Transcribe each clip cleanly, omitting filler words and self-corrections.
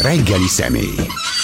Reggeli személy.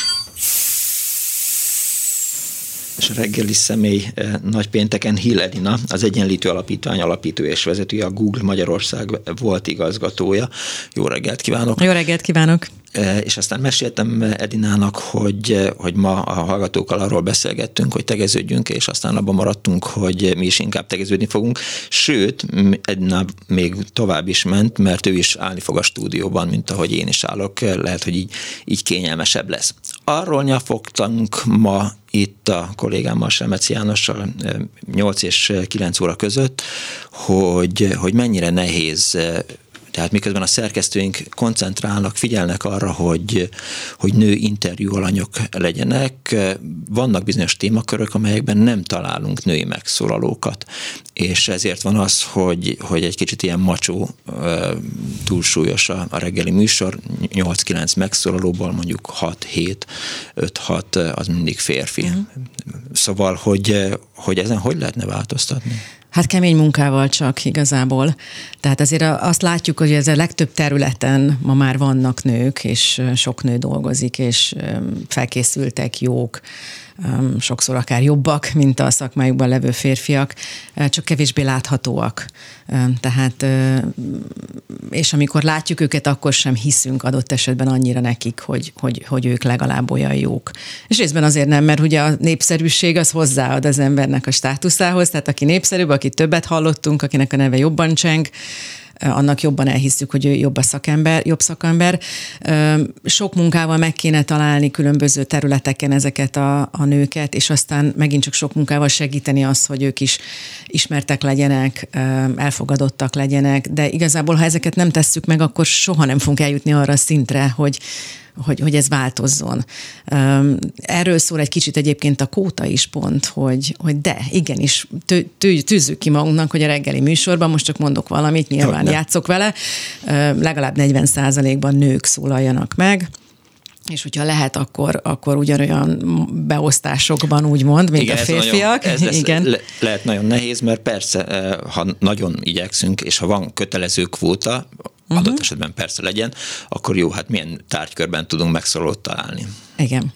És a reggeli személy nagypénteken Hill Edina, az Egyenlítő Alapítvány alapítója és vezetője, a Google Magyarország volt igazgatója. Jó reggelt kívánok! Jó reggelt kívánok! És aztán meséltem Edinának, hogy ma a hallgatókkal arról beszélgettünk, hogy tegeződjünk, és aztán abban maradtunk, hogy mi is inkább tegeződni fogunk. Sőt, Edina még tovább is ment, mert ő is állni fog a stúdióban, mint ahogy én is állok. Lehet, hogy így kényelmesebb lesz. Arról nyafogtunk ma itt a kollégámmal, Semeci Jánossal 8 és 9 óra között, hogy mennyire nehéz. Tehát miközben a szerkesztőink koncentrálnak, figyelnek arra, hogy nő interjú alanyok legyenek, vannak bizonyos témakörök, amelyekben nem találunk női megszólalókat. És ezért van az, hogy egy kicsit ilyen macsó, túlsúlyos a reggeli műsor, 8-9 megszólalóból mondjuk 6-7-5-6 az mindig férfi. Uh-huh. Szóval, hogy ezen hogy lehetne változtatni? Hát kemény munkával csak igazából. Tehát azért azt látjuk, hogy ez a legtöbb területen ma már vannak nők, és sok nő dolgozik, és felkészültek, jók, sokszor akár jobbak, mint a szakmájukban levő férfiak, csak kevésbé láthatóak. Tehát, és amikor látjuk őket, akkor sem hiszünk adott esetben annyira nekik, hogy ők legalább olyan jók. És részben azért nem, mert ugye a népszerűség az hozzáad az embernek a státuszához, tehát aki népszerűbb, aki többet hallottunk, akinek a neve jobban cseng, annak jobban elhisszük, hogy ő jobb szakember. Sok munkával meg kéne találni különböző területeken ezeket a nőket, és aztán megint csak sok munkával segíteni azt, hogy ők is ismertek legyenek, elfogadottak legyenek, de igazából, ha ezeket nem tesszük meg, akkor soha nem fogunk eljutni arra a szintre, hogy ez változzon. Erről szól egy kicsit egyébként a kvóta is pont, hogy de igenis tűzzük ki magunknak, hogy a reggeli műsorban, most csak mondok valamit, nyilván játszok vele, legalább 40%-ban nők szólaljanak meg, és hogyha lehet, akkor ugyanolyan beosztásokban úgymond, mint igen, a férfiak. Igen. Lehet nagyon nehéz, mert persze, ha nagyon igyekszünk, és ha van kötelező kvóta, adott esetben persze legyen, akkor jó, hát milyen tárgykörben tudunk megszólalót találni. Igen.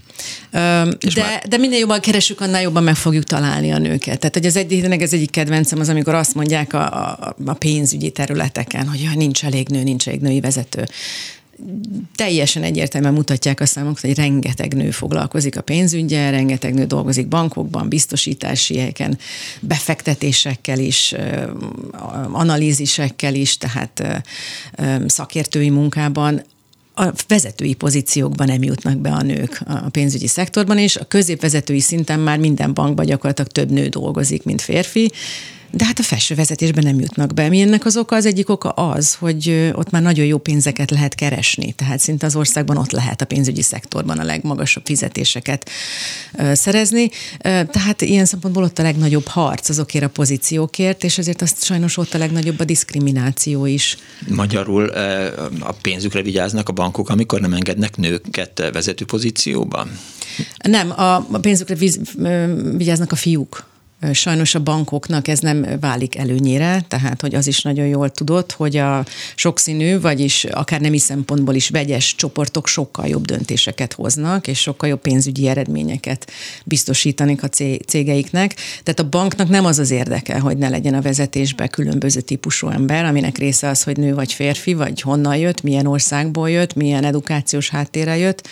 De minél jobban keresünk, annál jobban meg fogjuk találni a nőket. Tehát, hogy ez egyik kedvencem az, amikor azt mondják a pénzügyi területeken, hogy nincs elég női vezető. Teljesen egyértelműen mutatják a számok, hogy rengeteg nő foglalkozik a pénzüggyel, rengeteg nő dolgozik bankokban, biztosítási helyeken, befektetésekkel is, analízisekkel is, tehát szakértői munkában. A vezetői pozíciókban nem jutnak be a nők a pénzügyi szektorban, és a középvezetői szinten már minden bankban gyakorlatilag több nő dolgozik, mint férfi, de hát a felső vezetésben nem jutnak be. Mi ennek az oka? Az egyik oka az, hogy ott már nagyon jó pénzeket lehet keresni, tehát szinte az országban ott lehet a pénzügyi szektorban a legmagasabb fizetéseket szerezni. Tehát ilyen szempontból ott a legnagyobb harc azokért a pozíciókért, és ezért azt sajnos ott a legnagyobb a diszkrimináció is. Magyarul a pénzükre vigyáznak a bankok, amikor nem engednek nőket vezető pozícióba? Nem, a pénzükre vigyáznak a fiúk. Sajnos a bankoknak ez nem válik előnyére, tehát hogy az is nagyon jól tudott, hogy a sokszínű, vagyis akár nemi szempontból is vegyes csoportok sokkal jobb döntéseket hoznak, és sokkal jobb pénzügyi eredményeket biztosítanak a cégeiknek. Tehát a banknak nem az az érdeke, hogy ne legyen a vezetésben különböző típusú ember, aminek része az, hogy nő vagy férfi, vagy honnan jött, milyen országból jött, milyen edukációs háttérrel jött.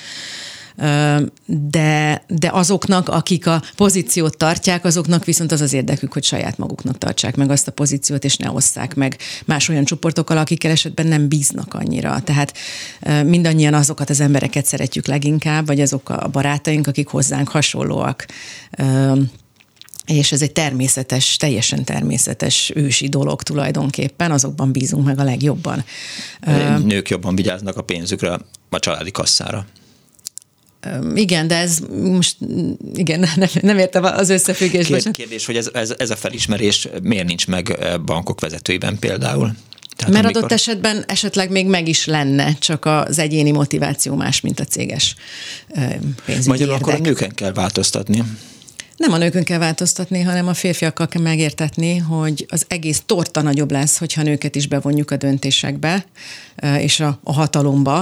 De azoknak, akik a pozíciót tartják, azoknak viszont az az érdekük, hogy saját maguknak tartsák meg azt a pozíciót, és ne osszák meg más olyan csoportokkal, akikkel esetben nem bíznak annyira. Tehát mindannyian azokat az embereket szeretjük leginkább, vagy azok a barátaink, akik hozzánk hasonlóak. És ez egy teljesen természetes ősi dolog tulajdonképpen, azokban bízunk meg a legjobban. Nők jobban vigyáznak a pénzükre, a családi kasszára. Igen, de ez most, igen, nem értem az összefüggésben. Kérdés, hogy ez a felismerés miért nincs meg bankok vezetőiben például? Tehát mert adott esetben esetleg még meg is lenne, csak az egyéni motiváció más, mint a céges pénzügyi magyarul érdek. Akkor a nőken kell változtatni. Nem a nőkön kell változtatni, hanem a férfiakkal kell megértetni, hogy az egész torta nagyobb lesz, hogyha nőket is bevonjuk a döntésekbe és a hatalomba,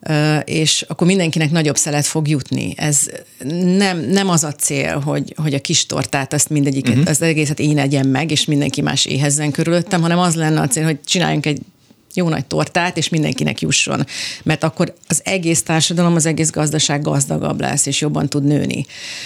és akkor mindenkinek nagyobb szelet fog jutni. Ez nem az a cél, hogy a kis tortát, azt mindegyiket, az egészet én egyem meg, és mindenki más éhezzen körülöttem, hanem az lenne a cél, hogy csináljunk egy jó nagy tortát, és mindenkinek jusson. Mert akkor az egész társadalom, az egész gazdaság gazdagabb lesz, és jobban tud nőni.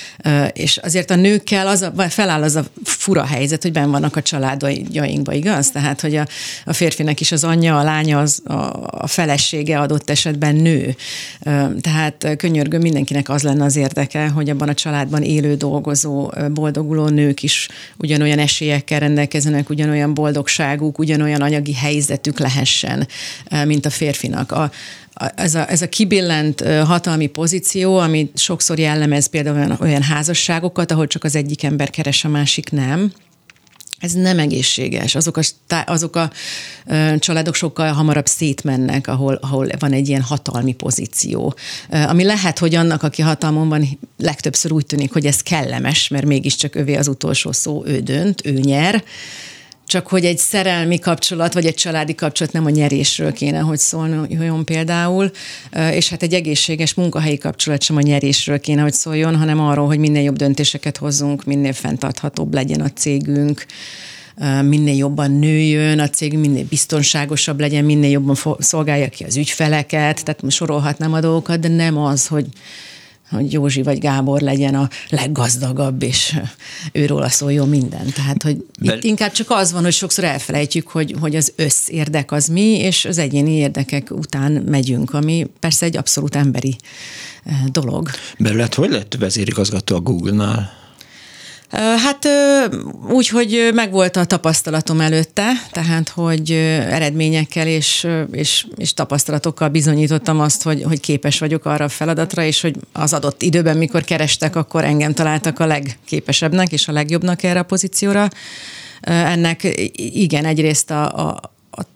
És azért a nőkkel feláll az a fura helyzet, hogy benn vannak a családjainkban, igaz? Tehát, hogy a férfinek is az anyja, a lánya, a felesége adott esetben nő. Tehát könyörgöm, mindenkinek az lenne az érdeke, hogy abban a családban élő, dolgozó, boldoguló nők is ugyanolyan esélyekkel rendelkezzenek, ugyanolyan boldogságuk, ugyanolyan anyagi helyzetük lehessen, mint a férfinak. Ez a kibillent hatalmi pozíció, ami sokszor jellemez például olyan házasságokat, ahol csak az egyik ember keres, a másik nem. Ez nem egészséges. Azok a családok sokkal hamarabb szétmennek, ahol van egy ilyen hatalmi pozíció. Ami lehet, hogy annak, aki hatalmon van, legtöbbször úgy tűnik, hogy ez kellemes, mert mégiscsak övé az utolsó szó, ő dönt, ő nyer. Csak hogy egy szerelmi kapcsolat, vagy egy családi kapcsolat nem a nyerésről kéne, hogy szóljon például, és hát egy egészséges munkahelyi kapcsolat sem a nyerésről kéne, hogy szóljon, hanem arról, hogy minél jobb döntéseket hozzunk, minél fenntarthatóbb legyen a cégünk, minél jobban nőjön a cég, minél biztonságosabb legyen, minél jobban szolgálja ki az ügyfeleket, tehát sorolhatnám a dolgokat, de nem az, hogy Józsi vagy Gábor legyen a leggazdagabb, és őróla szóljon minden. Tehát, hogy itt inkább csak az van, hogy sokszor elfelejtjük, hogy az összérdek az mi, és az egyéni érdekek után megyünk, ami persze egy abszolút emberi dolog. Belőled hogy lett vezérigazgató a Google-nál? Hát úgy, hogy megvolt a tapasztalatom előtte, tehát, hogy eredményekkel és tapasztalatokkal bizonyítottam azt, hogy képes vagyok arra a feladatra, és hogy az adott időben, mikor kerestek, akkor engem találtak a legképesebbnek és a legjobbnak erre a pozícióra. Ennek igen, egyrészt a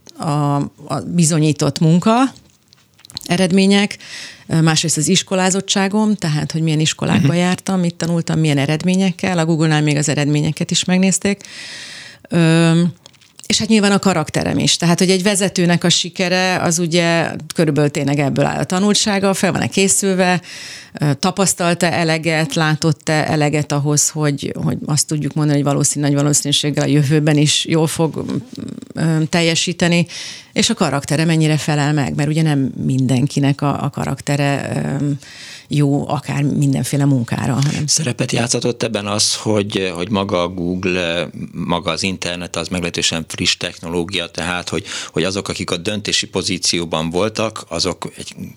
bizonyított munka, eredmények, másrészt az iskolázottságom, tehát, hogy milyen iskolákba jártam, mit tanultam, milyen eredményekkel, a Google-nál még az eredményeket is megnézték. És hát nyilván a karakterem is. Tehát, hogy egy vezetőnek a sikere, az ugye körülbelül tényleg ebből áll a tanultsága, fel van-e készülve, tapasztalta eleget, látott-e eleget ahhoz, hogy azt tudjuk mondani, hogy nagy valószínűséggel a jövőben is jól fog teljesíteni, és a karaktere mennyire felel meg, mert ugye nem mindenkinek a karaktere jó akár mindenféle munkára. Hanem. Szerepet játszott ebben az, hogy maga a Google, maga az internet az meglehetősen friss technológia, tehát hogy azok, akik a döntési pozícióban voltak, azok,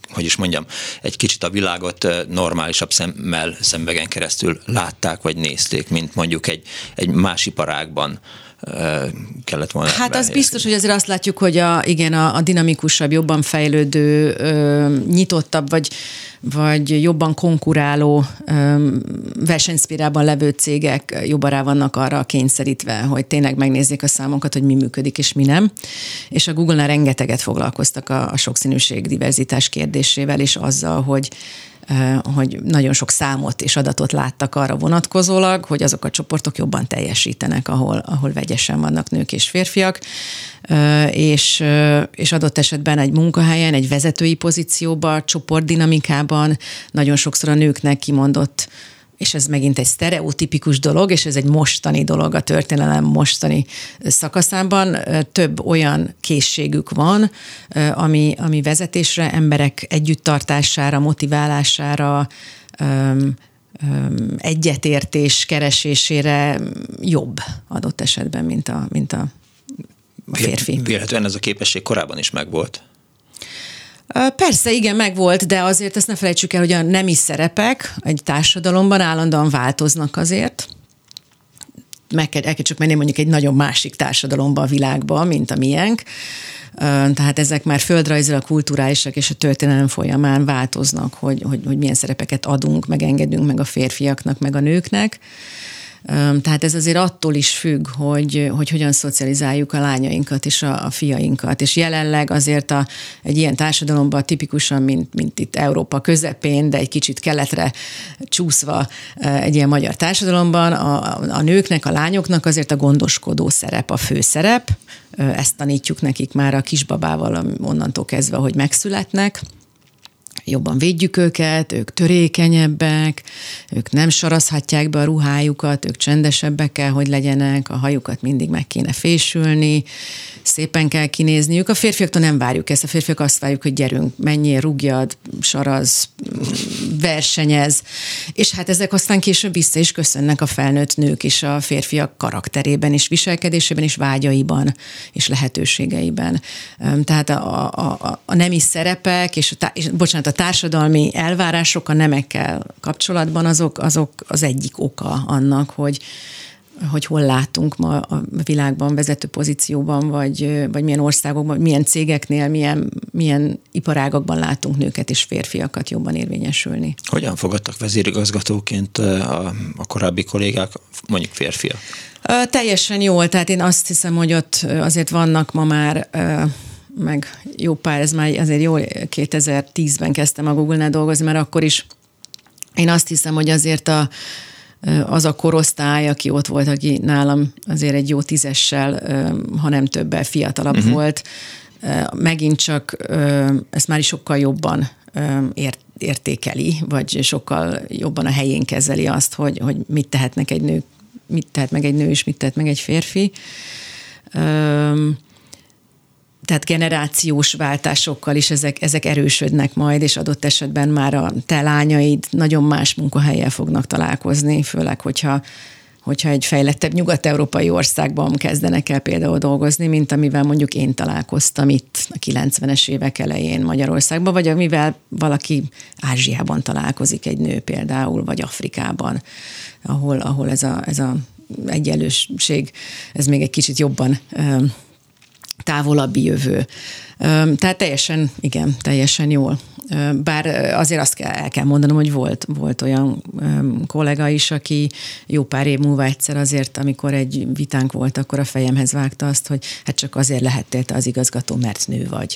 egy kicsit a világot normálisabb szemüvegen keresztül látták, vagy nézték, mint mondjuk egy más iparágban kellett volna. Hát az biztos, hogy azért azt látjuk, hogy a dinamikusabb, jobban fejlődő, nyitottabb, vagy jobban konkuráló versenyszférában levő cégek jobban rá vannak arra kényszerítve, hogy tényleg megnézzék a számokat, hogy mi működik és mi nem. És a Google-nál rengeteget foglalkoztak a sokszínűség, diverzitás kérdésével, és azzal, hogy nagyon sok számot és adatot láttak arra vonatkozólag, hogy azok a csoportok jobban teljesítenek, ahol vegyesen vannak nők és férfiak, és adott esetben egy munkahelyen, egy vezetői pozícióban, csoportdinamikában nagyon sokszor a nőknek kimondott, és ez megint egy sztereotipikus dolog, és ez egy mostani dolog a történelem mostani szakaszában. Több olyan készségük van, ami vezetésre, emberek együtttartására, motiválására, egyetértés keresésére jobb adott esetben, mint a férfi. Véletlenül ez a képesség korábban is megvolt? Persze, igen, megvolt, de azért ezt ne felejtsük el, hogy a nemi szerepek egy társadalomban állandóan változnak azért. El kell csak menni mondjuk egy nagyon másik társadalomba a világba, mint a miénk. Tehát ezek már földrajzilag, kulturálisak és a történelem folyamán változnak, hogy milyen szerepeket adunk, meg engedünk meg a férfiaknak, meg a nőknek. Tehát ez azért attól is függ, hogy hogyan szocializáljuk a lányainkat és a fiainkat. És jelenleg azért egy ilyen társadalomban tipikusan, mint itt Európa közepén, de egy kicsit keletre csúszva egy ilyen magyar társadalomban, a nőknek, a lányoknak azért a gondoskodó szerep a főszerep. Ezt tanítjuk nekik már a kisbabával onnantól kezdve, hogy megszületnek. Jobban védjük őket, ők törékenyebbek, ők nem sarazhatják be a ruhájukat, ők csendesebbek kell, hogy legyenek, a hajukat mindig meg kéne fésülni, szépen kell kinézniük. A férfiaktól nem várjuk ezt, a férfiak azt várjuk, hogy gyerünk, menjél, rúgjad, saraz, versenyez, és hát ezek aztán később vissza is köszönnek a felnőtt nők és a férfiak karakterében és viselkedésében és vágyaiban és lehetőségeiben. Tehát a nemi szerepek és a társadalmi elvárások a nemekkel kapcsolatban azok az egyik oka annak, hogy hol látunk ma a világban vezető pozícióban, vagy milyen országokban, milyen cégeknél, milyen iparágakban látunk nőket és férfiakat jobban érvényesülni. Hogyan fogadtak vezérigazgatóként a korábbi kollégák, mondjuk férfiak? Teljesen jól, tehát én azt hiszem, hogy ott azért vannak ma már meg jó pár, ez már azért jól 2010-ben kezdtem a Google-nál dolgozni, mert akkor is én azt hiszem, hogy azért az a korosztály, aki ott volt, aki nálam azért egy jó 10-essel, ha nem többel fiatalabb volt, megint csak ezt már is sokkal jobban értékeli, vagy sokkal jobban a helyén kezeli azt, hogy mit tehetnek egy nő, mit tehet meg egy nő, és mit tehet meg egy férfi. Tehát generációs váltásokkal is ezek erősödnek majd, és adott esetben már a te lányaid nagyon más munkahellyel fognak találkozni, főleg, hogyha egy fejlettebb nyugat-európai országban kezdenek el például dolgozni, mint amivel mondjuk én találkoztam itt a 90-es évek elején Magyarországban, vagy amivel valaki Ázsiában találkozik, egy nő például, vagy Afrikában, ahol ez a egyenlőség, ez még egy kicsit jobban távolabbi jövő. Tehát teljesen jól. Bár azért azt el kell mondanom, hogy volt olyan kollega is, aki jó pár év múlva egyszer azért, amikor egy vitánk volt, akkor a fejemhez vágta azt, hogy hát csak azért lehettél te az igazgató, mert nő vagy.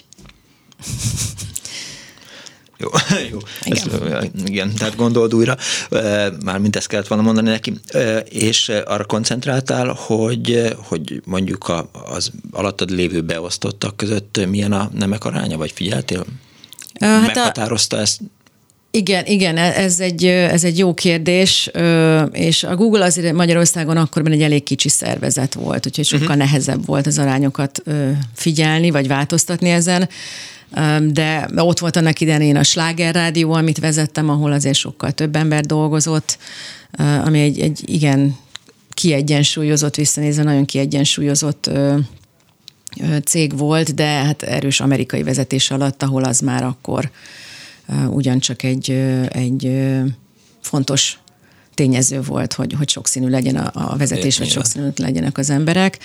Jó. Igen, tehát gondold újra, mármint ezt kellett volna mondani neki, és arra koncentráltál, hogy mondjuk az alattad lévő beosztottak között milyen a nemek aránya, vagy figyeltél? Meghatározta ezt? Igen, ez egy jó kérdés, és a Google azért Magyarországon akkorban egy elég kicsi szervezet volt, úgyhogy sokkal nehezebb volt az arányokat figyelni, vagy változtatni ezen. De ott volt annak idején a Sláger Rádió, amit vezettem, ahol azért sokkal több ember dolgozott, ami egy igen kiegyensúlyozott, visszanézve nagyon kiegyensúlyozott cég volt, de hát erős amerikai vezetés alatt, ahol az már akkor ugyancsak egy fontos tényező volt, hogy sokszínű legyen a vezetés, vagy sokszínű legyenek az emberek.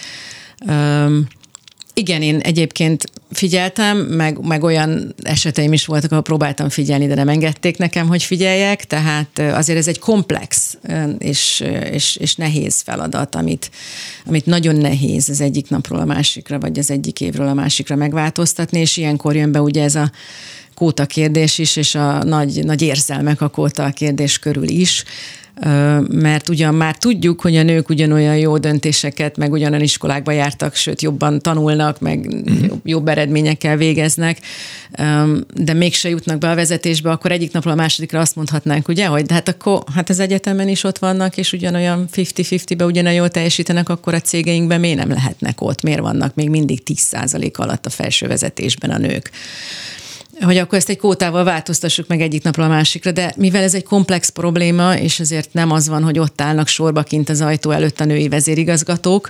Igen, én egyébként figyeltem, meg olyan eseteim is voltak, ahol próbáltam figyelni, de nem engedték nekem, hogy figyeljek, tehát azért ez egy komplex és nehéz feladat, amit nagyon nehéz az egyik napról a másikra, vagy az egyik évről a másikra megváltoztatni, és ilyenkor jön be ugye ez a kvóta kérdés is, és a nagy érzelmek a kvóta kérdés körül is, mert ugyan már tudjuk, hogy a nők ugyanolyan jó döntéseket, meg ugyanolyan iskolákba jártak, sőt jobban tanulnak, meg jobb eredményekkel végeznek, de mégse jutnak be a vezetésbe, akkor egyik napról a másodikra azt mondhatnánk, ugye, hogy hát akkor az egyetemen is ott vannak, és ugyanolyan 50-50-be ugyanolyan jól teljesítenek, akkor a cégeinkben miért nem lehetnek ott? Miért vannak még mindig 10% alatt a felső vezetésben a nők? Hogy akkor ezt egy kvótával változtassuk meg egyik napról a másikra, de mivel ez egy komplex probléma, és ezért nem az van, hogy ott állnak sorba kint az ajtó előtt a női vezérigazgatók,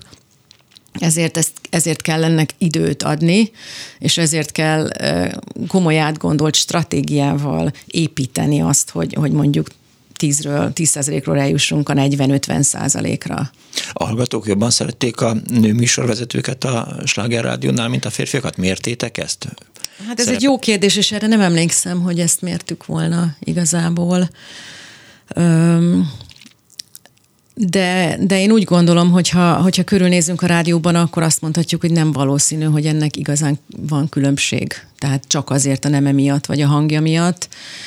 ezért kell ennek időt adni, és ezért kell komoly átgondolt stratégiával építeni azt, hogy mondjuk 10%-ról eljussunk a 40-50%-ra. A hallgatók jobban szerették a nő műsorvezetőket a Sláger Rádiónál, mint a férfiakat? Mértétek ezt? Hát ez egy jó kérdés, és erre nem emlékszem, hogy ezt mértük volna igazából. De én úgy gondolom, hogyha körülnézünk a rádióban, akkor azt mondhatjuk, hogy nem valószínű, hogy ennek igazán van különbség. Tehát csak azért a neme miatt, vagy a hangja miatt.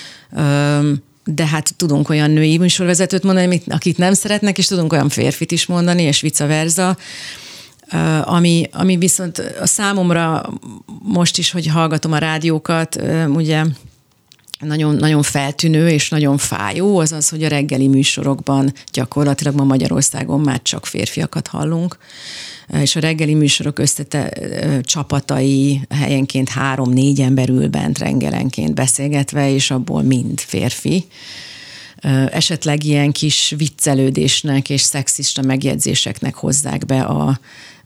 De hát tudunk olyan női műsorvezetőt mondani, akit nem szeretnek, és tudunk olyan férfit is mondani, és vice versa. Ami viszont a számomra most is, hogy hallgatom a rádiókat, ugye nagyon, nagyon feltűnő és nagyon fájó, az, hogy a reggeli műsorokban gyakorlatilag ma Magyarországon már csak férfiakat hallunk, és a reggeli műsorok csapatai helyenként 3-4 ember ül bent reggelenként beszélgetve, és abból mind férfi. Esetleg ilyen kis viccelődésnek és szexista megjegyzéseknek hozzák be a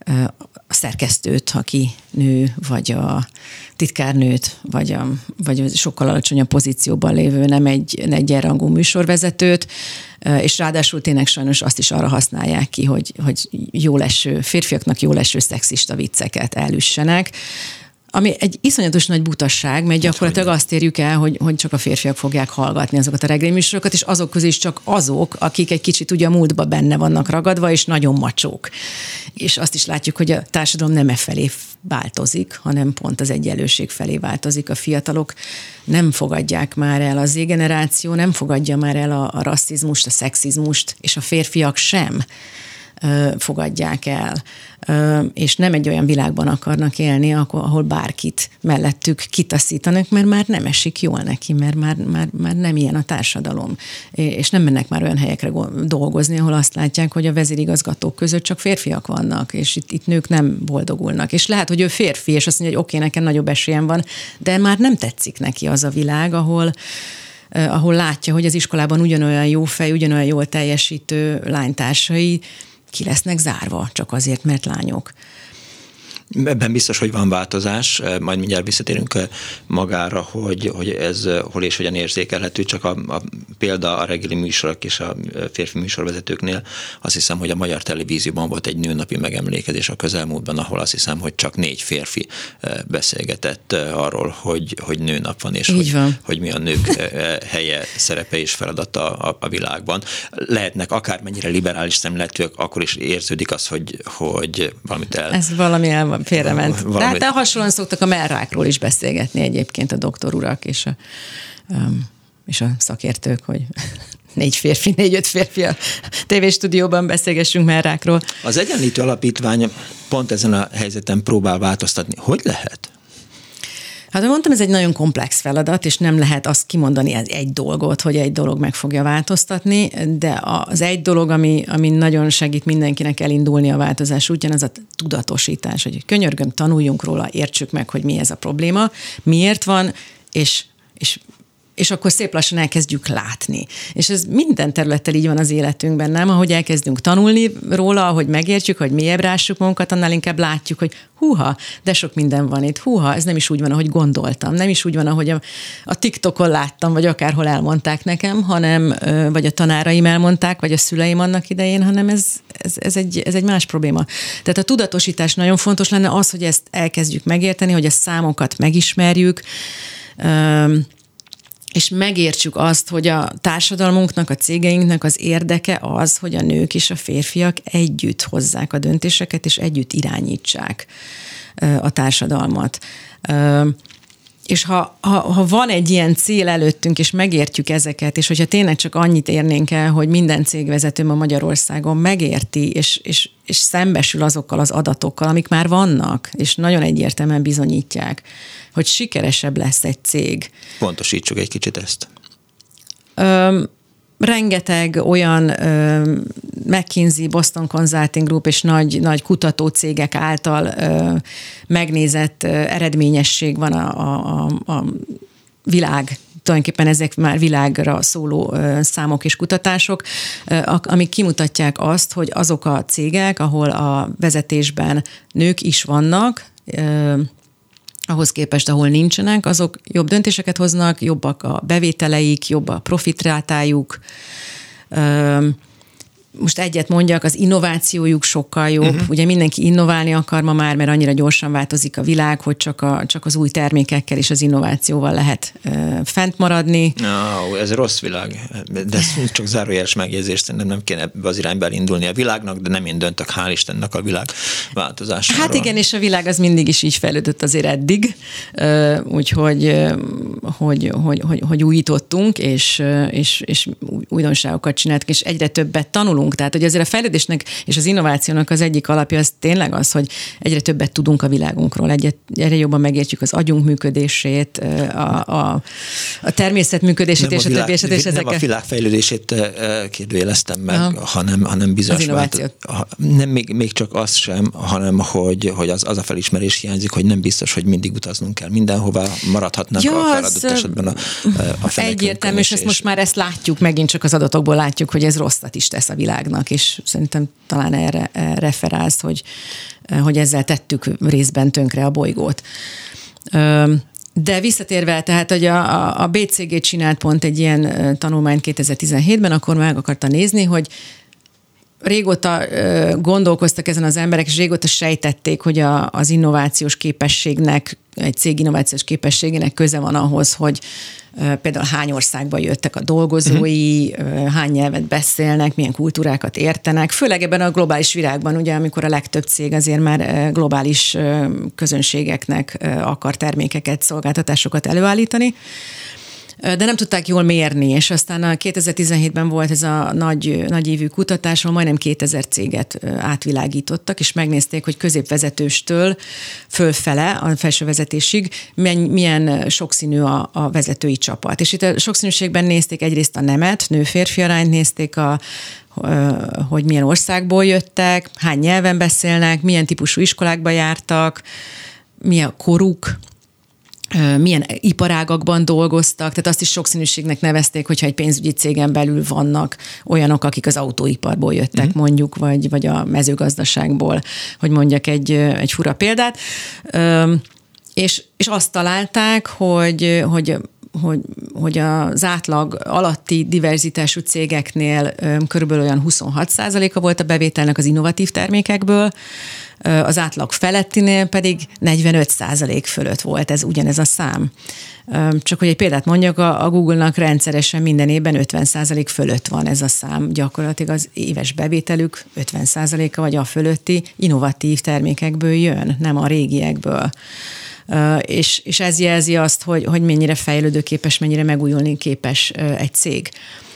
szerkesztőt, aki nő, vagy a titkárnőt, vagy sokkal alacsonyabb pozícióban lévő, nem egy egyenrangú műsorvezetőt, és ráadásul tényleg sajnos azt is arra használják ki, hogy férfiaknak jól eső szexista vicceket elüssenek, ami egy iszonyatos nagy butasság, mert gyakorlatilag azt érjük el, hogy csak a férfiak fogják hallgatni azokat a reggeli műsorokat, és azok közé is csak azok, akik egy kicsit ugye a múltba benne vannak ragadva, és nagyon macsók. És azt is látjuk, hogy a társadalom nem felé változik, hanem pont az egyenlőség felé változik. A fiatalok nem fogadják már el, az Z-generáció nem fogadja már el a rasszizmust, a szexizmust, és a férfiak sem fogadják el, és nem egy olyan világban akarnak élni, ahol bárkit mellettük kitaszítanak, mert már nem esik jól neki, mert már nem ilyen a társadalom. És nem mennek már olyan helyekre dolgozni, ahol azt látják, hogy a vezérigazgatók között csak férfiak vannak, és itt nők nem boldogulnak. És lehet, hogy ő férfi, és azt mondja, hogy oké, nekem nagyobb esélyem van, de már nem tetszik neki az a világ, ahol látja, hogy az iskolában ugyanolyan jó fej, ugyanolyan jól teljesítő lánytársai ki lesznek zárva, csak azért, mert lányok. Ebben biztos, hogy van változás, majd mindjárt visszatérünk magára, hogy ez hol és hogyan érzékelhető, csak a példa a reggeli műsorok és a férfi műsorvezetőknél, azt hiszem, hogy a Magyar Televízióban volt egy nőnapi megemlékezés a közelmúltban, ahol azt hiszem, hogy csak 4 férfi beszélgetett arról, hogy nőnap van, és hogy mi a nők helye, szerepe és feladata a világban. Lehetnek akármennyire liberális szemléletűek, akkor is érződik az, hogy valamit Ez valami félrement. De hát hasonlóan szoktak a mellrákról is beszélgetni egyébként a doktor urak és a szakértők, hogy 4 férfi, 4-5 férfi a tévéstúdióban beszélgessünk mellrákról. Az Egyenlítő Alapítvány pont ezen a helyzeten próbál változtatni. Hogy lehet? Hát mondtam, ez egy nagyon komplex feladat, és nem lehet azt kimondani egy dolgot, hogy egy dolog meg fogja változtatni, de az egy dolog, ami nagyon segít mindenkinek elindulni a változás útján, az a tudatosítás, hogy könyörgöm, tanuljunk róla, értsük meg, hogy mi ez a probléma, miért van, és akkor szép lassan elkezdjük látni. És ez minden területtel így van az életünkben, nem? Ahogy elkezdünk tanulni róla, ahogy megértjük, hogy mélyebb rássuk magunkat, annál inkább látjuk, hogy húha, de sok minden van itt. Húha, ez nem is úgy van, ahogy gondoltam. Nem is úgy van, ahogy a TikTokon láttam, vagy akárhol elmondták nekem, hanem, vagy a tanáraim elmondták, vagy a szüleim annak idején, hanem ez egy más probléma. Tehát a tudatosítás nagyon fontos lenne az, hogy ezt elkezdjük megérteni, hogy a számokat megismerjük, és megértsük azt, hogy a társadalmunknak, a cégeinknek az érdeke az, hogy a nők és a férfiak együtt hozzák a döntéseket, és együtt irányítsák a társadalmat. És ha van egy ilyen cél előttünk, és megértjük ezeket, és hogyha tényleg csak annyit érnénk el, hogy minden cégvezető ma Magyarországon megérti, és szembesül azokkal az adatokkal, amik már vannak, és nagyon egyértelműen bizonyítják, hogy sikeresebb lesz egy cég. Pontosítsuk egy kicsit ezt. Rengeteg olyan McKinsey, Boston Consulting Group és nagy kutatócégek által megnézett eredményesség van a világ, tulajdonképpen ezek már világra szóló számok és kutatások, amik kimutatják azt, hogy azok a cégek, ahol a vezetésben nők is vannak, ahhoz képest, ahol nincsenek, azok jobb döntéseket hoznak, jobbak a bevételeik, jobb a profitrátájuk. most egyet mondjak, az innovációjuk sokkal jobb. Ugye mindenki innoválni akar ma már, mert annyira gyorsan változik a világ, hogy csak az új termékekkel és az innovációval lehet fent maradni. Ez rossz világ, de ez csak zárójeles megjegyzés, szerintem nem kéne ebbe az irányba elindulni a világnak, de nem én döntök, hál' Istennek a világ változásáról. Hát igen, és a világ az mindig is így fejlődött azért eddig, úgyhogy hogy újítottunk, és újdonságokat csináltunk, és egyre többet tanulunk. Tehát, hogy azért a fejlődésnek és az innovációnak az egyik alapja az tényleg az, hogy egyre többet tudunk a világunkról, egyre jobban megértjük az agyunk működését, a természet működését, és a többi eset. Nem a világ fejlődését kérdőjeleztem meg, hanem bizonyos nem még csak az sem, hanem hogy az a felismerés hiányzik, hogy nem biztos, hogy mindig utaznunk kell mindenhova, maradhatnak akár adott esetben a fenekünk. Egyértelmű, és ezt látjuk, megint csak az adatokból látjuk, hogy ez rosszat is tesz a világnak, és szerintem talán erre referálsz, hogy ezzel tettük részben tönkre a bolygót. De visszatérve, tehát, hogy a BCG csinált pont egy ilyen tanulmányt 2017-ben, akkor meg akarta nézni, hogy régóta gondolkoztak ezen az emberek, és régóta sejtették, hogy az innovációs képességnek, egy cég innovációs képességének köze van ahhoz, hogy például hány országba jöttek a dolgozói, hány nyelvet beszélnek, milyen kultúrákat értenek. Főleg ebben a globális világban, ugye, amikor a legtöbb cég azért már globális közönségeknek akar termékeket, szolgáltatásokat előállítani. De nem tudták jól mérni, és aztán a 2017-ben volt ez a nagy évű kutatás, ahol majdnem 2000 céget átvilágítottak, és megnézték, hogy középvezetőstől fölfele, a felső vezetésig milyen sokszínű a vezetői csapat. És itt a sokszínűségben nézték egyrészt a nemet, nő-férfi arányt nézték, hogy milyen országból jöttek, hány nyelven beszélnek, milyen típusú iskolákba jártak, milyen a koruk, milyen iparágakban dolgoztak, tehát azt is sokszínűségnek nevezték, hogyha egy pénzügyi cégen belül vannak olyanok, akik az autóiparból jöttek mondjuk, vagy a mezőgazdaságból, hogy mondjak egy fura példát. És azt találták, hogy az átlag alatti diverzitású cégeknél körülbelül olyan 26%-a volt a bevételnek az innovatív termékekből, az átlag felettinél pedig 45% fölött volt ugyanez a szám. Csak hogy egy példát mondjak, a Google-nak rendszeresen minden évben 50% fölött van ez a szám. Gyakorlatilag az éves bevételük 50%-a vagy a fölötti innovatív termékekből jön, nem a régiekből. És ez jelzi azt, hogy mennyire fejlődőképes, mennyire megújulni képes egy cég.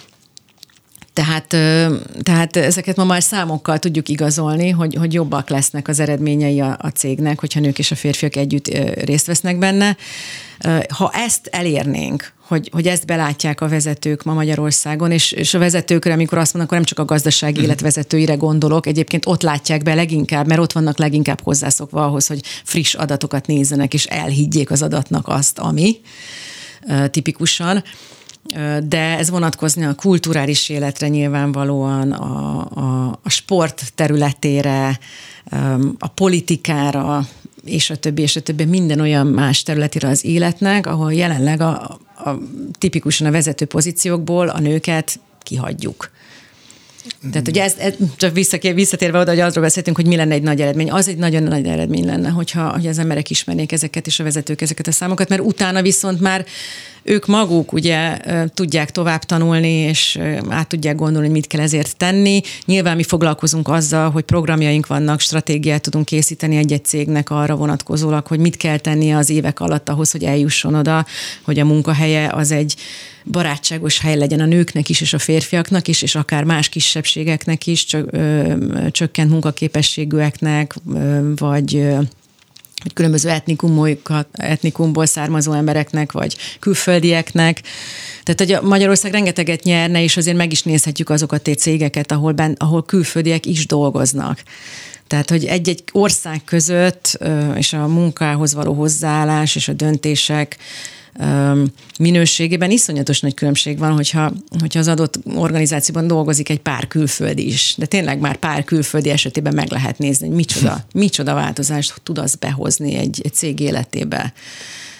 Tehát ezeket ma már számokkal tudjuk igazolni, hogy jobbak lesznek az eredményei a cégnek, hogyha nők és a férfiak együtt részt vesznek benne. Ha ezt elérnénk, hogy ezt belátják a vezetők ma Magyarországon, és a vezetőkre, amikor azt mondanak, akkor nem csak a gazdasági életvezetőire gondolok, egyébként ott látják be leginkább, mert ott vannak leginkább hozzászokva ahhoz, hogy friss adatokat nézzenek, és elhiggyék az adatnak azt, ami tipikusan. De ez vonatkozni a kulturális életre nyilvánvalóan, a sport területére, a politikára, és a többi, minden olyan más területére az életnek, ahol jelenleg tipikusan a vezető pozíciókból a nőket kihagyjuk. Tehát, hogy ez csak visszatérve oda, hogy arról beszéltünk, hogy mi lenne egy nagy eredmény. Az egy nagyon nagy eredmény lenne, hogy az emberek ismernék ezeket, és a vezetők ezeket a számokat, mert utána viszont már ők maguk ugye tudják tovább tanulni, és át tudják gondolni, hogy mit kell ezért tenni. Nyilván mi foglalkozunk azzal, hogy programjaink vannak, stratégiát tudunk készíteni egy-egy cégnek arra vonatkozólag, hogy mit kell tennie az évek alatt ahhoz, hogy eljusson oda, hogy a munkahelye az egy barátságos hely legyen a nőknek is, és a férfiaknak is, és akár más kisebbségeknek is, csökkent munkaképességűeknek, vagy különböző etnikumból származó embereknek, vagy külföldieknek. Tehát, hogy Magyarország rengeteget nyerne, és azért meg is nézhetjük azokat a cégeket, ahol külföldiek is dolgoznak. Tehát, hogy egy-egy ország között, és a munkához való hozzáállás, és a döntések minőségében iszonyatos nagy különbség van, hogyha az adott organizációban dolgozik egy pár külföldi is. De tényleg már pár külföldi esetében meg lehet nézni, hogy micsoda változást tud az behozni egy cég életébe.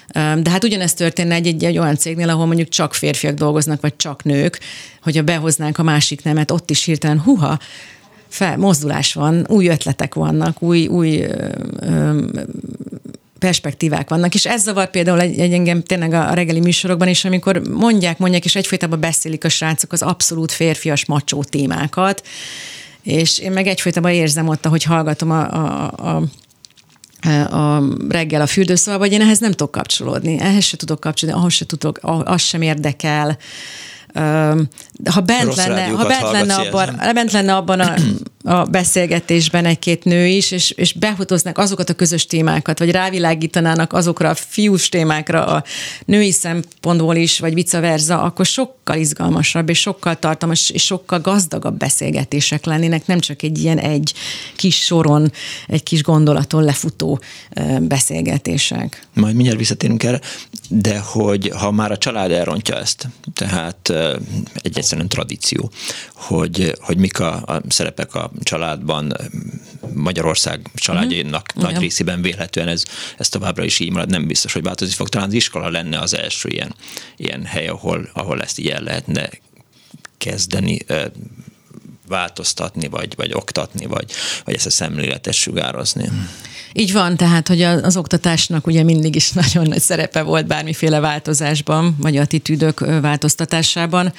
De hát ugyanezt történne egy olyan cégnél, ahol mondjuk csak férfiak dolgoznak, vagy csak nők, hogyha behoznánk a másik nemet, ott is hirtelen mozdulás van, új ötletek vannak, új perspektívák vannak, és ez zavar például engem tényleg a reggeli műsorokban is, amikor mondják, és egyfolytában beszélik a srácok az abszolút férfias macsó témákat, és én meg egyfolytában érzem ott, ahogy hallgatom a reggel a fürdőszobában, hogy én ehhez nem tudok kapcsolódni, ehhez se tudok kapcsolódni, ahhoz se tudok, az sem érdekel. Ha bent lenne abban a beszélgetésben egy-két nő is, és behoznak azokat a közös témákat, vagy rávilágítanának azokra a fiús témákra a női szempontból is, vagy vice versa, akkor sokkal izgalmasabb, és sokkal tartalmas, és sokkal gazdagabb beszélgetések lennének, nem csak egy kis soron, egy kis gondolaton lefutó beszélgetések. Majd mindjárt visszatérünk erre, de hogy ha már a család elrontja ezt, tehát egy egyszerűen tradíció, hogy mik a szerepek a családban, Magyarország családjainak nagy részében vélhetően ez továbbra is így marad, nem biztos, hogy változni fog. Talán az iskola lenne az első ilyen hely, ahol ezt így el lehetne kezdeni változtatni, vagy oktatni, vagy ezt a szemléletet sugározni. Így van, tehát, hogy az oktatásnak ugye mindig is nagyon nagy szerepe volt bármiféle változásban, vagy attitűdök változtatásában.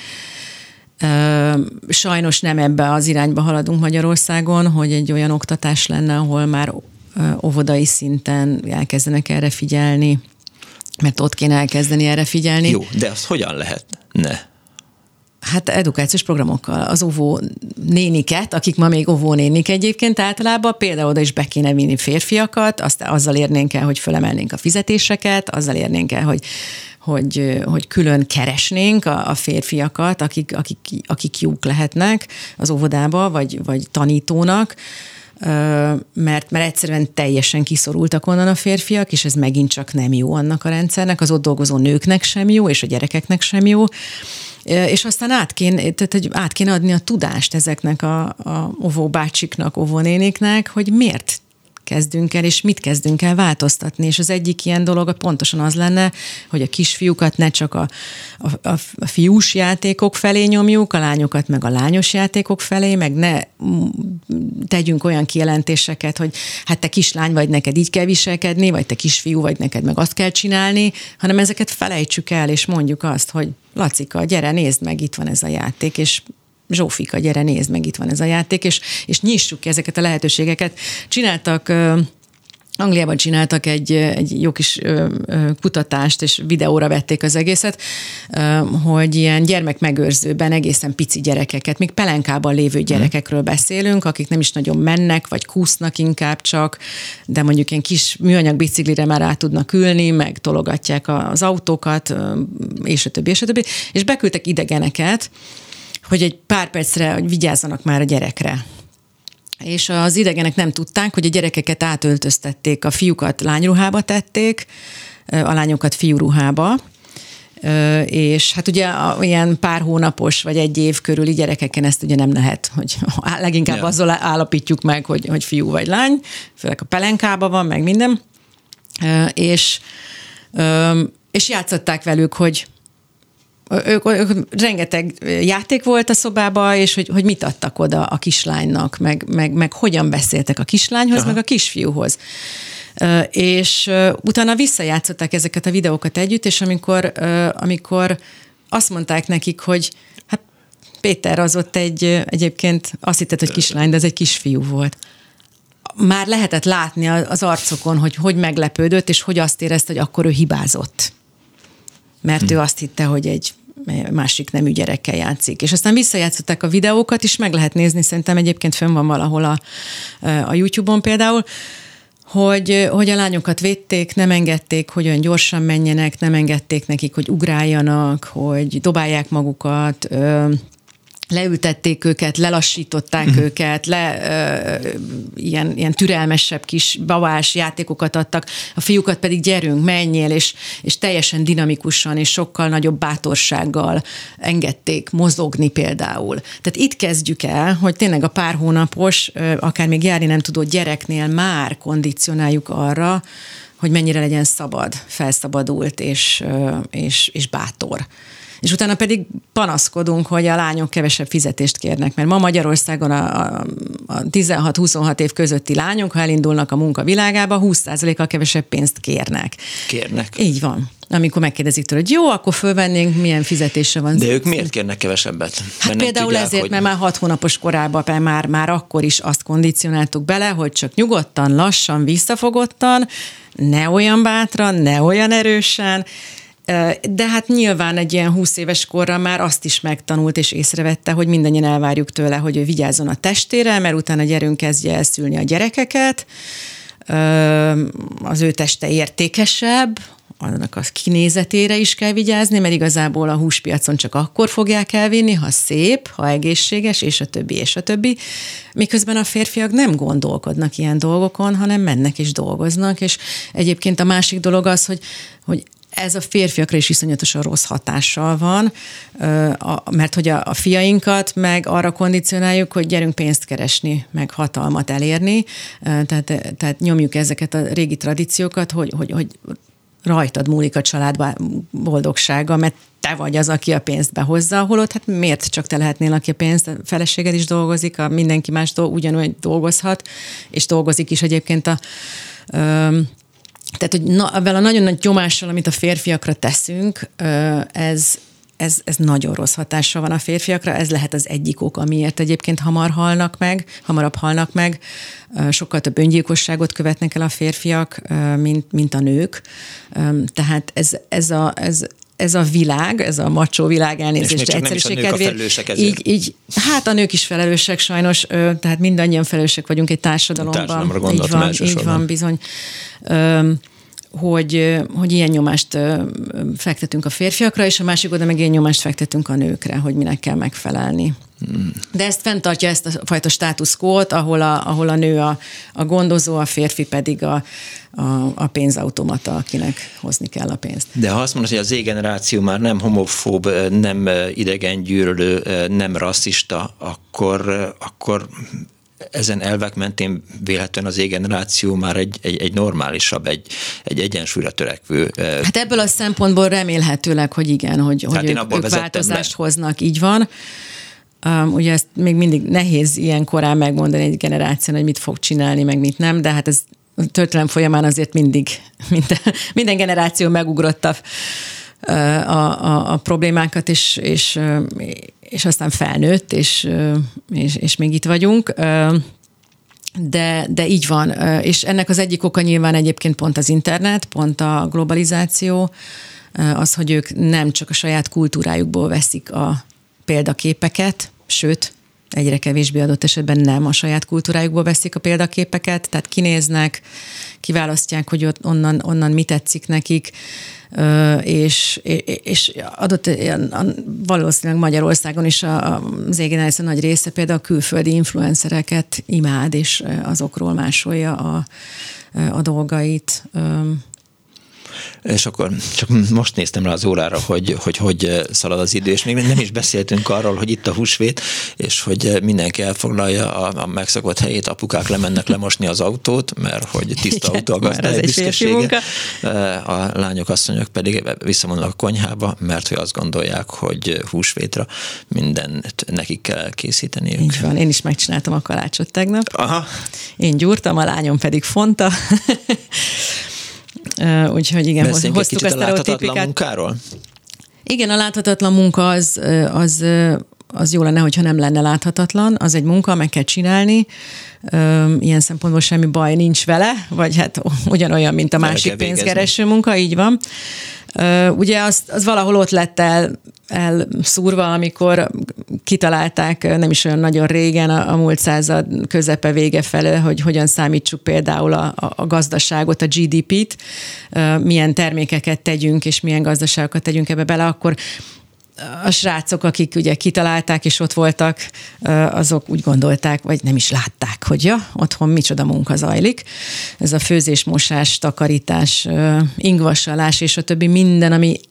Sajnos nem ebbe az irányba haladunk Magyarországon, hogy egy olyan oktatás lenne, ahol már óvodai szinten elkezdenek erre figyelni, mert ott kéne elkezdeni erre figyelni. Jó, de azt hogyan lehetne? Hát edukációs programokkal. Az óvó néniket, akik ma még óvó nénik egyébként általában, például oda is be kéne vinni férfiakat, azzal érnénk el, hogy fölemelnénk a fizetéseket, azzal érnénk el, hogy külön keresnénk a férfiakat, akik jók lehetnek az óvodába, vagy tanítónak, mert egyszerűen teljesen kiszorultak onnan a férfiak, és ez megint csak nem jó annak a rendszernek, az ott dolgozó nőknek sem jó, és a gyerekeknek sem jó. És aztán át kéne adni a tudást ezeknek a óvóbácsiknak, óvónéniknek, hogy miért kezdünk el, és mit kezdünk el változtatni. És az egyik ilyen dolog pontosan az lenne, hogy a kisfiúkat ne csak a fiús játékok felé nyomjuk, a lányokat meg a lányos játékok felé, meg ne tegyünk olyan kijelentéseket, hogy hát te kislány vagy, neked így kell viselkedni, vagy te kisfiú vagy, neked meg azt kell csinálni, hanem ezeket felejtsük el, és mondjuk azt, hogy Lacika, gyere, nézd meg, itt van ez a játék, és Zsófika, gyere, nézd meg, itt van ez a játék, és nyissuk ki ezeket a lehetőségeket. Angliában csináltak egy jó kis kutatást, és videóra vették az egészet, hogy ilyen gyermekmegőrzőben egészen pici gyerekeket, még pelenkában lévő gyerekekről beszélünk, akik nem is nagyon mennek, vagy kúsznak inkább csak, de mondjuk ilyen kis műanyag biciklire már rá tudnak ülni, meg tologatják az autókat, és a többi, és a többi. És beküldtek idegeneket, hogy egy pár percre hogy vigyázzanak már a gyerekre. És az idegenek nem tudták, hogy a gyerekeket átöltöztették, a fiúkat lányruhába tették, a lányokat fiúruhába, és hát ugye ilyen pár hónapos vagy egy év körüli gyerekeken ezt ugye nem lehet, hogy leginkább azzal állapítjuk meg, hogy fiú vagy lány, főleg a pelenkában van, meg minden, és játszották velük, hogy ők rengeteg játék volt a szobában, és hogy mit adtak oda a kislánynak, meg hogyan beszéltek a kislányhoz, meg a kisfiúhoz. És utána visszajátszották ezeket a videókat együtt, és amikor azt mondták nekik, hogy hát Péter az ott egyébként azt hitted, hogy kislány, de ez egy kisfiú volt. Már lehetett látni az arcokon, hogy meglepődött, és hogy azt érezte, hogy akkor ő hibázott. Mert ő azt hitte, hogy egy másik nemű gyerekkel játszik. És aztán visszajátszották a videókat is, meg lehet nézni, szerintem egyébként fönn van valahol a YouTube-on például, hogy a lányokat védték, nem engedték, hogy olyan gyorsan menjenek, nem engedték nekik, hogy ugráljanak, hogy dobálják magukat, leültették őket, lelassították őket, ilyen türelmesebb kis babás játékokat adtak, a fiúkat pedig gyerünk, menjél, és teljesen dinamikusan és sokkal nagyobb bátorsággal engedték mozogni például. Tehát itt kezdjük el, hogy tényleg a pár hónapos, akár még járni nem tudó gyereknél már kondicionáljuk arra, mennyire legyen szabad, felszabadult és bátor. És utána pedig panaszkodunk, hogy a lányok kevesebb fizetést kérnek, mert ma Magyarországon a 16-26 év közötti lányok, ha elindulnak a munka világába, 20%-kal kevesebb pénzt kérnek. Kérnek. Így van. Amikor megkérdezik tőle, hogy jó, akkor fölvennénk, milyen fizetésre van. De ők miért kérnek kevesebbet? Hát például tudják, ezért, mert már 6 hónapos korában már akkor is azt kondicionáltuk bele, hogy csak nyugodtan, lassan, visszafogottan, ne olyan bátran, ne olyan erősen. De hát nyilván egy ilyen 20 éves korra már azt is megtanult és észrevette, hogy mindannyian elvárjuk tőle, hogy ő vigyázzon a testére, mert utána gyerünk kezdje elszülni a gyerekeket, az ő teste értékesebb, annak a kinézetére is kell vigyázni, mert igazából a húspiacon csak akkor fogják elvinni, ha szép, ha egészséges, és a többi, és a többi. Miközben a férfiak nem gondolkodnak ilyen dolgokon, hanem mennek és dolgoznak, és egyébként a másik dolog az, hogy ez a férfiakra is iszonyatosan rossz hatással van, mert hogy a fiainkat meg arra kondicionáljuk, hogy gyerünk pénzt keresni, meg hatalmat elérni, tehát nyomjuk ezeket a régi tradíciókat, hogy rajtad múlik a család boldogsága, mert te vagy az, aki a pénzt behozza, holott hát miért csak te lehetnél, aki a pénzt, a feleséged is dolgozik, mindenki más ugyanúgy dolgozhat, és dolgozik is egyébként tehát, hogy ebben a nagyon nagy nyomással, amit a férfiakra teszünk, ez nagyon rossz hatással van a férfiakra, ez lehet az egyik ok, amiért egyébként hamarabb halnak meg, sokkal több öngyilkosságot követnek el a férfiak, mint a nők. Tehát ez a világ, ez a macsó világ, elnézést, egyszerűség kedvéért. Így, hát a nők is felelősek sajnos, tehát mindannyian felelősek vagyunk egy társadalomban. Így van, bizony. Hogy ilyen nyomást fektetünk a férfiakra, és a másik oda meg ilyen nyomást fektetünk a nőkre, hogy minek kell megfelelni. De ezt fenntartja, ezt a fajta status quo-t, ahol a nő a gondozó, a férfi pedig a pénzautomata, akinek hozni kell a pénzt. De ha azt mondod, hogy az Z-generáció már nem homofób, nem idegengyűlölő, nem rasszista, akkor ezen elvek mentén véletlenül az Z-generáció már egy normálisabb, egy egyensúlyra törekvő. Hát ebből a szempontból remélhetőleg, hogy igen, hogy ők változást hoznak, így van. Ugye ezt még mindig nehéz ilyen korán megmondani egy generáción, hogy mit fog csinálni, meg mit nem, de hát ez történelem folyamán azért mindig minden generáció megugrotta a problémákat, és aztán felnőtt, és még itt vagyunk. De így van. És ennek az egyik oka nyilván egyébként pont az internet, pont a globalizáció, az, hogy ők nem csak a saját kultúrájukból veszik a példaképeket, sőt, egyre kevésbé adott esetben nem a saját kultúrájukból veszik a példaképeket, tehát kinéznek, kiválasztják, hogy onnan mi tetszik nekik, és adott valószínűleg Magyarországon is az Z-generáció nagy része például a külföldi influencereket imád, és azokról másolja a dolgait. És akkor csak most néztem rá az órára, hogy szalad az idő, és még nem is beszéltünk arról, hogy itt a húsvét, és hogy mindenki elfoglalja a megszokott helyét, apukák lemennek lemosni az autót, mert hogy tiszta autó a gazdály büszkesége. A lányok, asszonyok pedig visszamondanak a konyhába, mert hogy azt gondolják, hogy húsvétra mindent nekik kell készíteniük. Így van, én is megcsináltam a kalácsot tegnap. Aha. Én gyúrtam, a lányom pedig fonta. Úgyhogy igen, beszéljünk hoztuk a sztereotípikát. Munkáról? Igen, a láthatatlan munka az jó lenne, hogyha nem lenne láthatatlan. Az egy munka, meg kell csinálni. Ilyen szempontból semmi baj nincs vele, vagy hát ugyanolyan, mint a másik pénzkereső munka, így van. Ugye az valahol ott lett elszúrva, amikor kitalálták nem is olyan nagyon régen, a múlt század közepe vége felé, hogy hogyan számítsuk például a gazdaságot, a GDP-t, milyen termékeket tegyünk, és milyen gazdaságokat tegyünk ebbe bele, akkor a srácok, akik ugye kitalálták és ott voltak, azok úgy gondolták, vagy nem is látták, hogy otthon micsoda munka zajlik. Ez a főzés, mosás, takarítás, ingvasalás és a többi minden, ami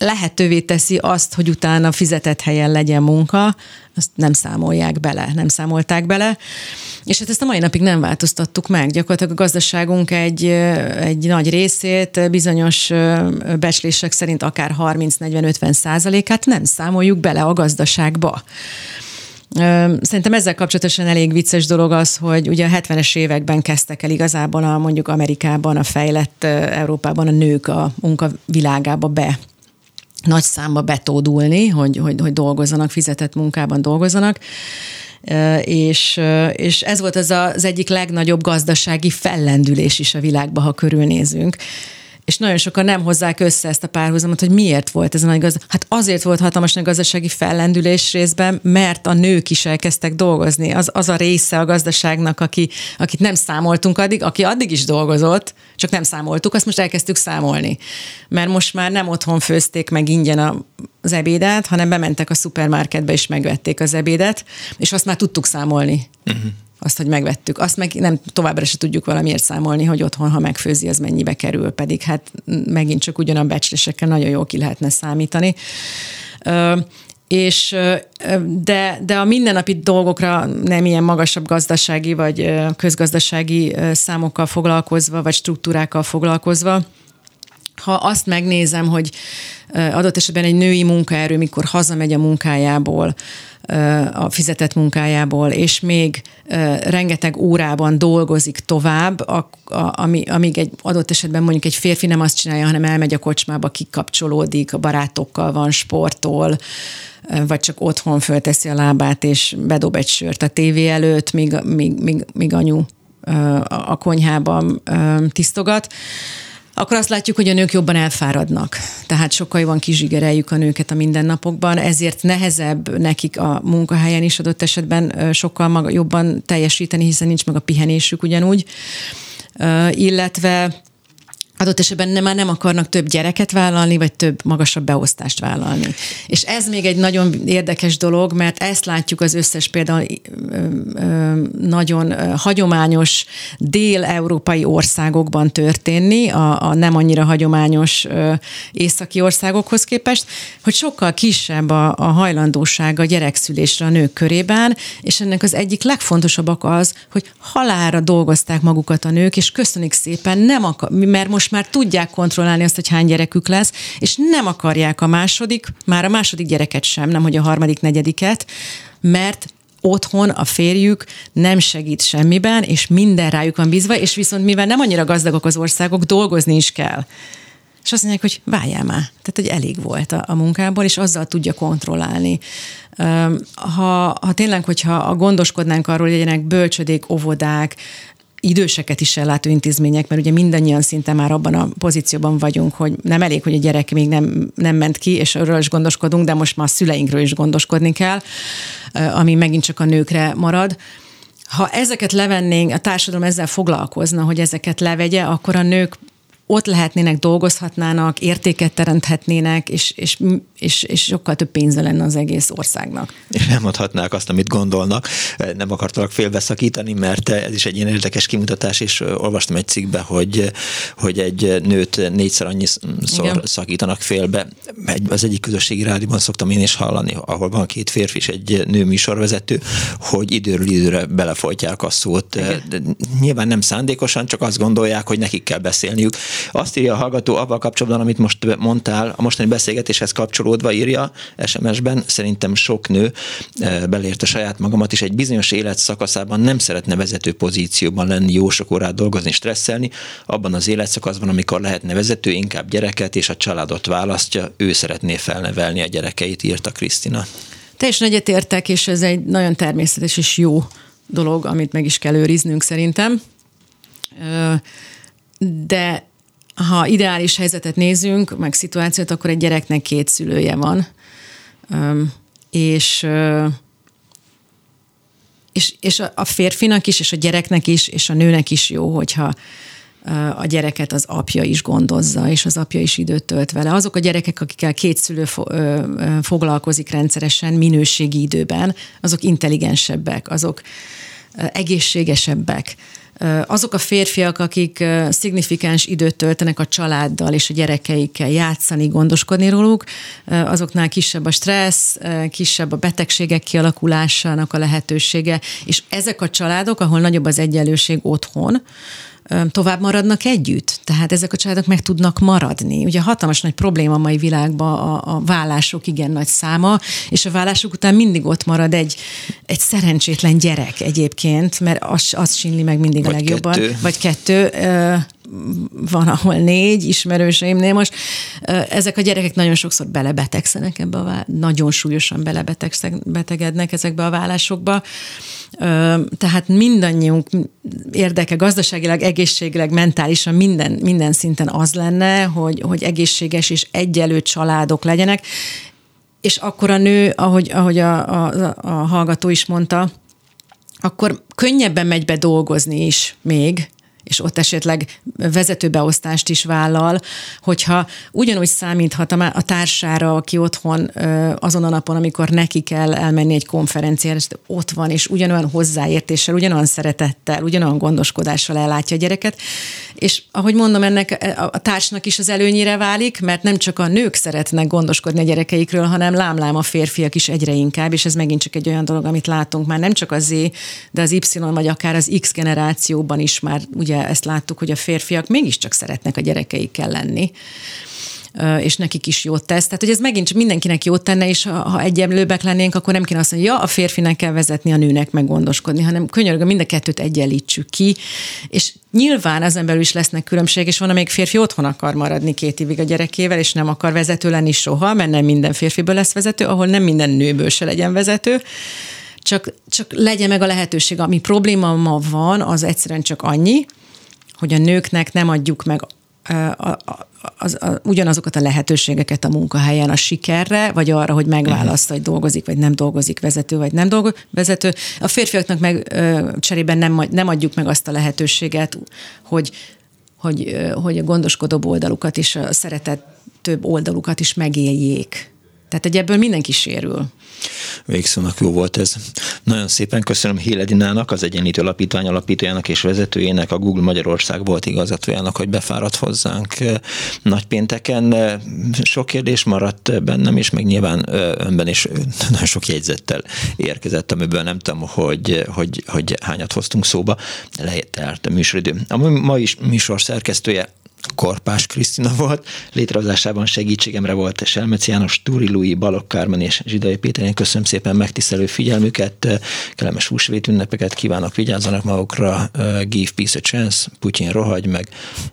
lehetővé teszi azt, hogy utána fizetett helyen legyen munka, azt nem számolták bele. És hát ezt a mai napig nem változtattuk meg. Gyakorlatilag a gazdaságunk egy nagy részét bizonyos becslések szerint akár 30-40-50%-át nem számoljuk bele a gazdaságba. Szerintem ezzel kapcsolatosan elég vicces dolog az, hogy ugye a 70-es években kezdtek el igazából mondjuk Amerikában, a fejlett Európában a nők a munkavilágába nagy számba betódulni, hogy dolgozzanak, fizetett munkában dolgozzanak. És ez volt az egyik legnagyobb gazdasági fellendülés is a világban, ha körülnézünk. És nagyon sokan nem hozzák össze ezt a párhuzamot, hogy miért volt ez a nagy gazdaság. Hát azért volt hatalmas nagy gazdasági fellendülés részben, mert a nők is elkezdtek dolgozni. Az a része a gazdaságnak, akit nem számoltunk addig, aki addig is dolgozott, csak nem számoltuk, azt most elkezdtük számolni. Mert most már nem otthon főzték meg ingyen az ebédet, hanem bementek a szupermarketbe és megvették az ebédet, és azt már tudtuk számolni. Uh-huh. Azt, hogy megvettük. Azt meg nem továbbra se tudjuk valamiért számolni, hogy otthon, ha megfőzi, az mennyibe kerül. Pedig hát megint csak ugyan becslésekkel nagyon jól ki lehetne számítani. De a mindennapi dolgokra nem ilyen magasabb gazdasági vagy közgazdasági számokkal foglalkozva, vagy struktúrákkal foglalkozva, ha azt megnézem, hogy adott esetben egy női munkaerő, mikor hazamegy a munkájából, a fizetett munkájából, és még rengeteg órában dolgozik tovább, amíg egy adott esetben mondjuk egy férfi nem azt csinálja, hanem elmegy a kocsmába, kikapcsolódik, a barátokkal van, sportol, vagy csak otthon fölteszi a lábát, és bedob egy sört a tévé előtt, míg anyu a konyhában tisztogat, akkor azt látjuk, hogy a nők jobban elfáradnak. Tehát sokkal jobban kizsigereljük a nőket a mindennapokban, ezért nehezebb nekik a munkahelyen is adott esetben sokkal jobban teljesíteni, hiszen nincs meg a pihenésük ugyanúgy. Illetve adott esetben már nem akarnak több gyereket vállalni, vagy több magasabb beosztást vállalni. És ez még egy nagyon érdekes dolog, mert ezt látjuk az összes például nagyon hagyományos dél-európai országokban történni, a nem annyira hagyományos északi országokhoz képest, hogy sokkal kisebb a hajlandóság a gyerekszülésre a nők körében, és ennek az egyik legfontosabb az, hogy halálra dolgozták magukat a nők, és köszönik szépen, mert most már tudják kontrollálni azt, hogy hány gyerekük lesz, és nem akarják a második gyereket sem, nemhogy a harmadik, negyediket, mert otthon a férjük nem segít semmiben, és minden rájuk van bízva, és viszont mivel nem annyira gazdagok az országok, dolgozni is kell. És azt mondják, hogy várjál már, tehát hogy elég volt a munkából, és azzal tudja kontrollálni. Ha tényleg, hogyha gondoskodnánk arról, hogy legyenek bölcsödék, óvodák, időseket is ellátó intézmények, mert ugye mindannyian szinte már abban a pozícióban vagyunk, hogy nem elég, hogy a gyerek még nem ment ki, és arról is gondoskodunk, de most már a szüleinkről is gondoskodni kell, ami megint csak a nőkre marad. Ha ezeket levennénk, a társadalom ezzel foglalkozna, hogy ezeket levegye, akkor a nők ott lehetnének, dolgozhatnának, értéket teremthetnének, és sokkal több pénze lenne az egész országnak. És nem adhatnák azt, amit gondolnak. Nem akartalak félbeszakítani, mert ez is egy ilyen érdekes kimutatás, és olvastam egy cikkbe, hogy egy nőt 4-szer annyiszor szakítanak félbe. Az egyik közösségi rádióban szoktam én is hallani, ahol van 2 férfi és egy nő műsorvezető, hogy időről időre belefolytják a szót. Nyilván nem szándékosan, csak azt gondolják, hogy nekik kell beszélniük. Azt írja a hallgató avval kapcsolatban, amit most mondtál, a mostani beszélgetéshez kapcsolódva írja SMS-ben, szerintem sok nő, beleértve saját magamat is, egy bizonyos életszakaszában nem szeretne vezető pozícióban lenni, jó sok órát dolgozni, stresszelni, abban az életszakaszban, amikor lehetne vezető, inkább gyereket és a családot választja, ő szeretné felnevelni a gyerekeit, írta Krisztina. Teljesen egyetértek, és ez egy nagyon természetes és jó dolog, amit meg is kell őriznünk szerintem. De ha ideális helyzetet nézünk, meg szituációt, akkor egy gyereknek 2 szülője van. És a férfinak is, és a gyereknek is, és a nőnek is jó, hogyha a gyereket az apja is gondozza, és az apja is időt tölt vele. Azok a gyerekek, akikkel 2 szülő foglalkozik rendszeresen, minőségi időben, azok intelligensebbek, azok egészségesebbek, azok a férfiak, akik szignifikáns időt töltenek a családdal és a gyerekeikkel játszani, gondoskodni róluk, azoknál kisebb a stressz, kisebb a betegségek kialakulásának a lehetősége, és ezek a családok, ahol nagyobb az egyenlőség otthon, tovább maradnak együtt. Tehát ezek a családok meg tudnak maradni. Ugye hatalmas nagy probléma a mai világban a vállások igen nagy száma, és a vállások után mindig ott marad egy szerencsétlen gyerek egyébként, mert az sínli meg mindig vagy a legjobban. 2. Vagy 2. Van, ahol 4 ismerőseimnél most. Ezek a gyerekek nagyon sokszor belebetegszenek ebbe nagyon súlyosan belebetegednek ezekbe a vállásokba. Tehát mindannyiunk érdeke gazdaságilag, egészségileg, mentálisan minden szinten az lenne, hogy egészséges és egyenlő családok legyenek, és akkor a nő, ahogy a hallgató is mondta, akkor könnyebben megy be dolgozni is még, és ott esetleg vezetőbeosztást is vállal, hogyha ugyanúgy számíthat a társára, aki otthon azon a napon, amikor neki kell elmenni egy konferenciára, és ott van, és ugyanolyan hozzáértéssel, ugyanolyan szeretettel, ugyanolyan gondoskodással ellátja a gyereket, és ahogy mondom, ennek a társnak is az előnyére válik, mert nem csak a nők szeretnek gondoskodni a gyerekeikről, hanem lám a férfiak is egyre inkább, és ez megint csak egy olyan dolog, amit látunk már nem csak az Z, de az Y, vagy akár az X generációban is már ugye ezt láttuk, hogy a férfiak mégiscsak szeretnek a gyerekeikkel lenni, és nekik is jót tesz. Tehát, hogy ez megint csak mindenkinek jót tenne, és ha egyenlőbbek lennénk, akkor nem kéne azt mondani, a férfinek kell vezetni, a nőnek meg gondoskodni, hanem könyörgöm, mind a kettőt egyenlítsük ki, és nyilván ezen belül is lesznek különbségek, és van, amelyik férfi otthon akar maradni 2 évig a gyerekével, és nem akar vezető lenni soha, mert nem minden férfiből lesz vezető, ahol nem minden nőből se legyen vezető, csak legyen meg a lehetőség. Ami probléma ma van, az egyszerűen csak annyi, hogy a nőknek nem adjuk meg ugyanazokat a lehetőségeket a munkahelyen a sikerre, vagy arra, hogy megválaszta, hogy dolgozik, vagy nem dolgozik, vezető, vagy nem vezető. A férfiaknak meg cserében nem adjuk meg azt a lehetőséget, hogy a gondoskodóbb oldalukat és a szeretetőbb oldalukat is megéljék. Tehát, hogy ebből mindenki sérül. Végszónak jó volt ez. Nagyon szépen köszönöm Hél Edinának, az Egyenlítő Alapítvány alapítójának és vezetőjének, a Google Magyarország volt igazgatójának, hogy befáradt hozzánk nagypénteken. Sok kérdés maradt bennem, és meg nyilván önben is nagyon sok jegyzettel érkezett, amiből nem tudom, hogy hányat hoztunk szóba. Lehetett a műsoridő. A mai műsor szerkesztője Korpás Krisztina volt, létrehozásában segítségemre volt Selmeci János, Túri Lui, Balogh Kármen és Zsidai Péter. Én köszönöm szépen megtisztelő figyelmüket, kellemes húsvét ünnepeket kívánok, vigyázzanak magukra, give peace a chance, Putyin rohagy meg,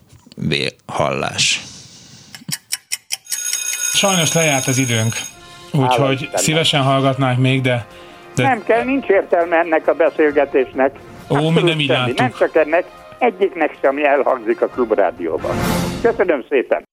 hallás. Sajnos lejárt az időnk, úgyhogy szívesen hallgatnánk még, de... Nem kell, nincs értelme ennek a beszélgetésnek. Mi nem így láttuk. Nem csak ennek, egyiknek sem elhangzik a Klubrádióban. Köszönöm szépen!